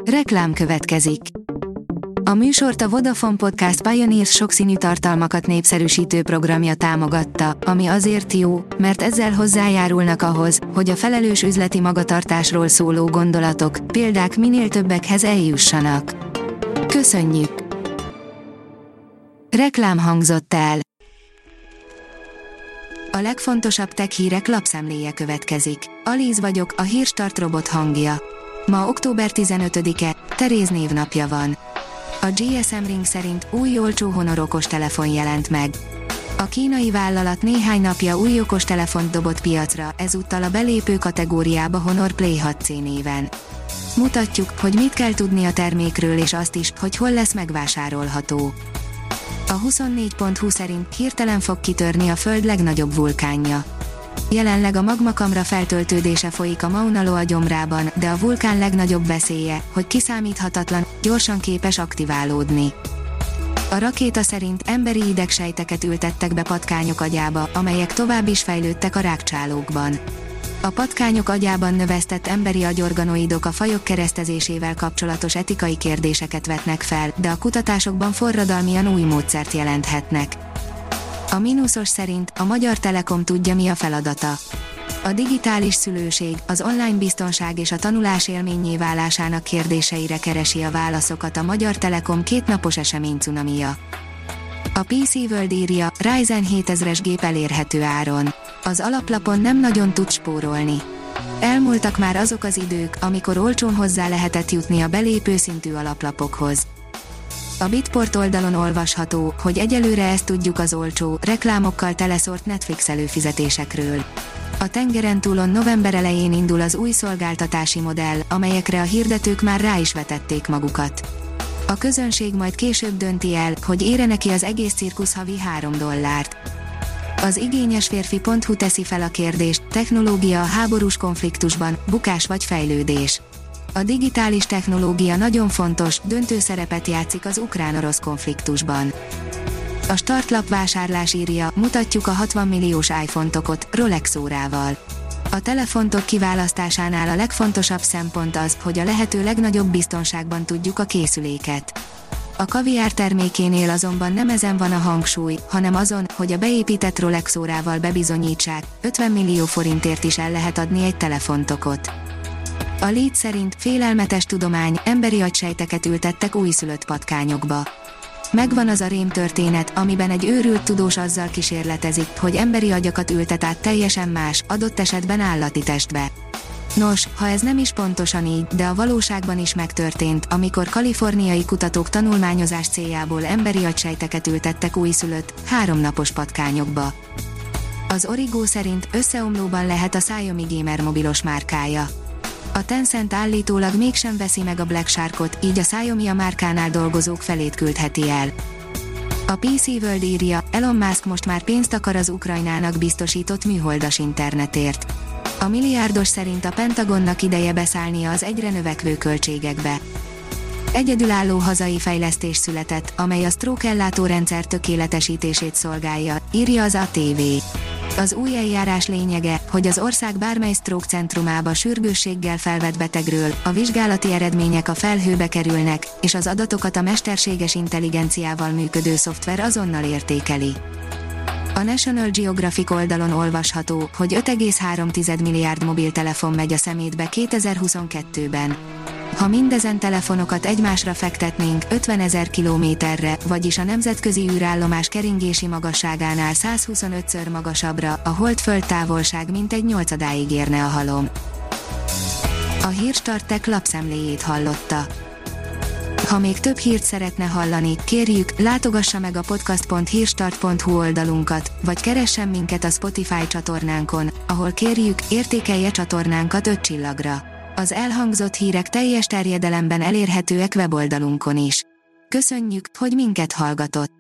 Reklám következik. A műsort a Vodafone Podcast Pioneers sokszínű tartalmakat népszerűsítő programja támogatta, ami azért jó, mert ezzel hozzájárulnak ahhoz, hogy a felelős üzleti magatartásról szóló gondolatok, példák minél többekhez eljussanak. Köszönjük! Reklám hangzott el. A legfontosabb tech hírek lapszemléje következik. Alíz vagyok, a Hírstart robot hangja. Ma október 15-e, Teréz névnapja van. A GSM Ring szerint új olcsó Honor okostelefon jelent meg. A kínai vállalat néhány napja új okostelefont dobott piacra, ezúttal a belépő kategóriába Honor Play 6C néven. Mutatjuk, hogy mit kell tudni a termékről és azt is, hogy hol lesz megvásárolható. A 24.20 szerint hirtelen fog kitörni a Föld legnagyobb vulkánja. Jelenleg a magmakamra feltöltődése folyik a Mauna Loa gyomrában, de a vulkán legnagyobb veszélye, hogy kiszámíthatatlan, gyorsan képes aktiválódni. A rakéta szerint emberi idegsejteket ültettek be patkányok agyába, amelyek tovább is fejlődtek a rágcsálókban. A patkányok agyában növesztett emberi agyorganoidok a fajok keresztezésével kapcsolatos etikai kérdéseket vetnek fel, de a kutatásokban forradalmian új módszert jelenthetnek. A mínuszos szerint a Magyar Telekom tudja, mi a feladata. A digitális szülőség, az online biztonság és a tanulás élménnyé válásának kérdéseire keresi a válaszokat a Magyar Telekom kétnapos eseménycunamija. A PC World írja, Ryzen 7000-es gép elérhető áron. Az alaplapon nem nagyon tud spórolni. Elmúltak már azok az idők, amikor olcsón hozzá lehetett jutni a belépő szintű alaplapokhoz. A Bitport oldalon olvasható, hogy egyelőre ezt tudjuk az olcsó, reklámokkal teleszórt Netflix előfizetésekről. A tengeren túlon november elején indul az új szolgáltatási modell, amelyekre a hirdetők már rá is vetették magukat. A közönség majd később dönti el, hogy ére neki az egész cirkusz havi $3. Az igényesférfi.hu teszi fel a kérdést, technológia a háborús konfliktusban, bukás vagy fejlődés. A digitális technológia nagyon fontos, döntő szerepet játszik az ukrán-orosz konfliktusban. A startlap vásárlás írja, mutatjuk a 60 milliós iPhone-tokot, Rolex órával. A telefontok kiválasztásánál a legfontosabb szempont az, hogy a lehető legnagyobb biztonságban tudjuk a készüléket. A kaviár termékénél azonban nem ezen van a hangsúly, hanem azon, hogy a beépített Rolex órával bebizonyítsák, 50 millió forintért is el lehet adni egy telefontokot. A Lead szerint félelmetes tudomány, emberi agysejteket ültettek újszülött patkányokba. Megvan az a rémtörténet, amiben egy őrült tudós azzal kísérletezik, hogy emberi agyakat ültet át teljesen más, adott esetben állati testbe. Nos, ha ez nem is pontosan így, de a valóságban is megtörtént, amikor kaliforniai kutatók tanulmányozás céljából emberi agysejteket ültettek újszülött, 3 napos patkányokba. Az Origo szerint összeomlóban lehet a Xiaomi gamer mobilos márkája. A Tencent állítólag mégsem veszi meg a Black Sharkot, így a Xiaomi a márkánál dolgozók felét küldheti el. A PC World írja, Elon Musk most már pénzt akar az Ukrajnának biztosított műholdas internetért. A milliárdos szerint a Pentagonnak ideje beszállnia az egyre növekvő költségekbe. Egyedülálló hazai fejlesztés született, amely a stroke-ellátórendszer tökéletesítését szolgálja, írja az ATV. Az új eljárás lényege, hogy az ország bármely stroke centrumába sürgősséggel felvett betegről, a vizsgálati eredmények a felhőbe kerülnek, és az adatokat a mesterséges intelligenciával működő szoftver azonnal értékeli. A National Geographic oldalon olvasható, hogy 5,3 milliárd mobiltelefon megy a szemétbe 2022-ben. Ha mindezen telefonokat egymásra fektetnénk 50 000 kilométerre, vagyis a nemzetközi űrállomás keringési magasságánál 125-ször magasabbra, a Hold-Föld távolság mintegy 8-adáig érne a halom. A Hírstart Tech lapszemléjét hallotta. Ha még több hírt szeretne hallani, kérjük, látogassa meg a podcast.hírstart.hu oldalunkat, vagy keressen minket a Spotify csatornánkon, ahol kérjük, értékelje csatornánkat 5 csillagra. Az elhangzott hírek teljes terjedelemben elérhetőek weboldalunkon is. Köszönjük, hogy minket hallgatott!